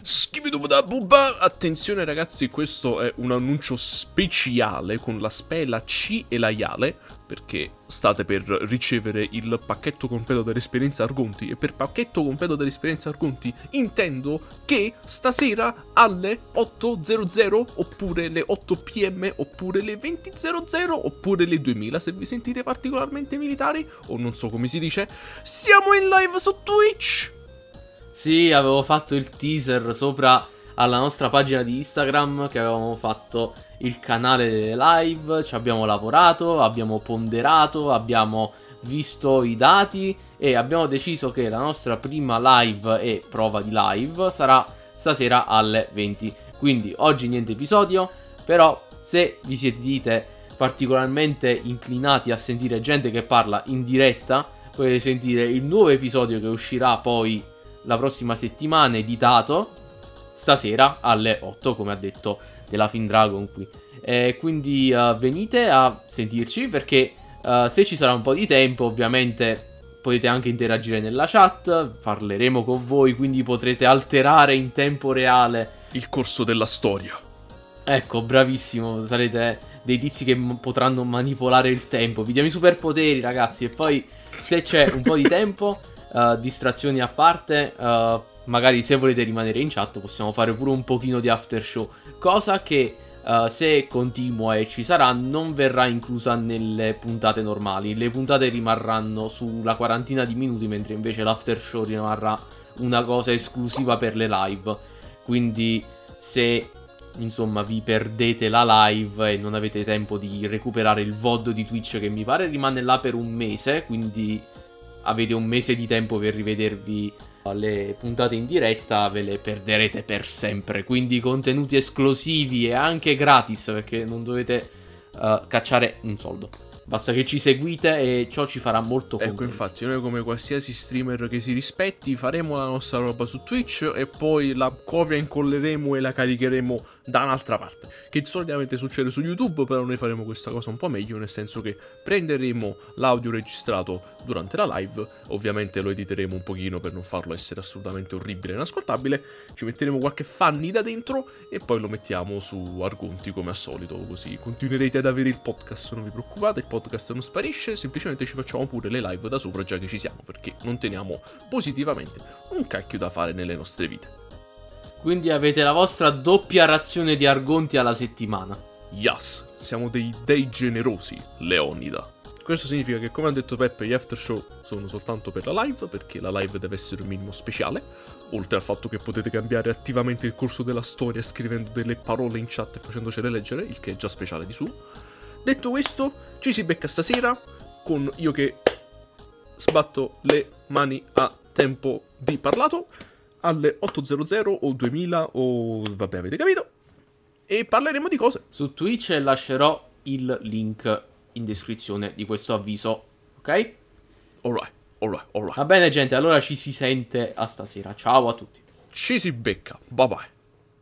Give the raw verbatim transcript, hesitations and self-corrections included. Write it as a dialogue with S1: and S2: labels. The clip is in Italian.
S1: Schibidubidabubba. Attenzione ragazzi, questo è un annuncio speciale con la spe, la C e la iale, perché state per ricevere il pacchetto completo dell'esperienza Argonti. E per pacchetto completo dell'esperienza Argonti intendo che stasera alle otto e zero zero, oppure le otto p m, oppure le venti e zero zero, oppure le duemila se vi sentite particolarmente militari, o non so come si dice, siamo in live su Twitch.
S2: Sì, avevo fatto il teaser sopra alla nostra pagina di Instagram che avevamo fatto il canale delle live, ci abbiamo lavorato, abbiamo ponderato, abbiamo visto i dati e abbiamo deciso che la nostra prima live e prova di live sarà stasera alle venti. Quindi oggi niente episodio, però se vi siete particolarmente inclinati a sentire gente che parla in diretta, potete sentire il nuovo episodio che uscirà poi la prossima settimana, editato stasera alle otto, come ha detto della Findragon qui. E quindi uh, venite a sentirci, perché uh, se ci sarà un po' di tempo ovviamente potete anche interagire nella chat, parleremo con voi, quindi potrete alterare in tempo reale
S1: il corso della storia.
S2: Ecco, bravissimo, sarete dei tizi che m- potranno manipolare il tempo, vi diamo i superpoteri ragazzi. E poi se c'è un po' di tempo, uh, distrazioni a parte, uh, magari se volete rimanere in chat possiamo fare pure un pochino di after show, cosa che uh, se continua e ci sarà non verrà inclusa nelle puntate normali. Le puntate rimarranno sulla quarantina di minuti, mentre invece l'after show rimarrà una cosa esclusiva per le live. Quindi se insomma vi perdete la live e non avete tempo di recuperare il V O D di Twitch, che mi pare rimane là per un mese, quindi avete un mese di tempo per rivedervi le puntate in diretta, ve le perderete per sempre. Quindi contenuti esclusivi e anche gratis, perché non dovete uh, cacciare un soldo, basta che ci seguite e ciò ci farà molto contento.
S1: Ecco, infatti noi come qualsiasi streamer che si rispetti faremo la nostra roba su Twitch e poi la copia incolleremo e la caricheremo da un'altra parte, che solitamente succede su YouTube, però noi faremo questa cosa un po' meglio, nel senso che prenderemo l'audio registrato durante la live, ovviamente lo editeremo un pochino per non farlo essere assolutamente orribile e inascoltabile, ci metteremo qualche funny da dentro e poi lo mettiamo su Argonti come al solito, così continuerete ad avere il podcast, non vi preoccupate, il podcast non sparisce, semplicemente ci facciamo pure le live da sopra già che ci siamo, perché non teniamo positivamente un cacchio da fare nelle nostre vite.
S2: Quindi avete la vostra doppia razione di Argonti alla settimana.
S1: Yes, siamo dei dei generosi, Leonida. Questo significa che, come ha detto Peppe, gli after show sono soltanto per la live, perché la live deve essere un minimo speciale, oltre al fatto che potete cambiare attivamente il corso della storia scrivendo delle parole in chat e facendocele leggere, il che è già speciale di su. Detto questo, ci si becca stasera con io che sbatto le mani a tempo di parlato alle otto e zero zero o duemila o vabbè, avete capito, e parleremo di cose
S2: su Twitch, e lascerò il link in descrizione di questo avviso, ok?
S1: Alright, alright, alright.
S2: Va bene gente, allora ci si sente a stasera, ciao a tutti.
S1: Ci si becca, bye bye.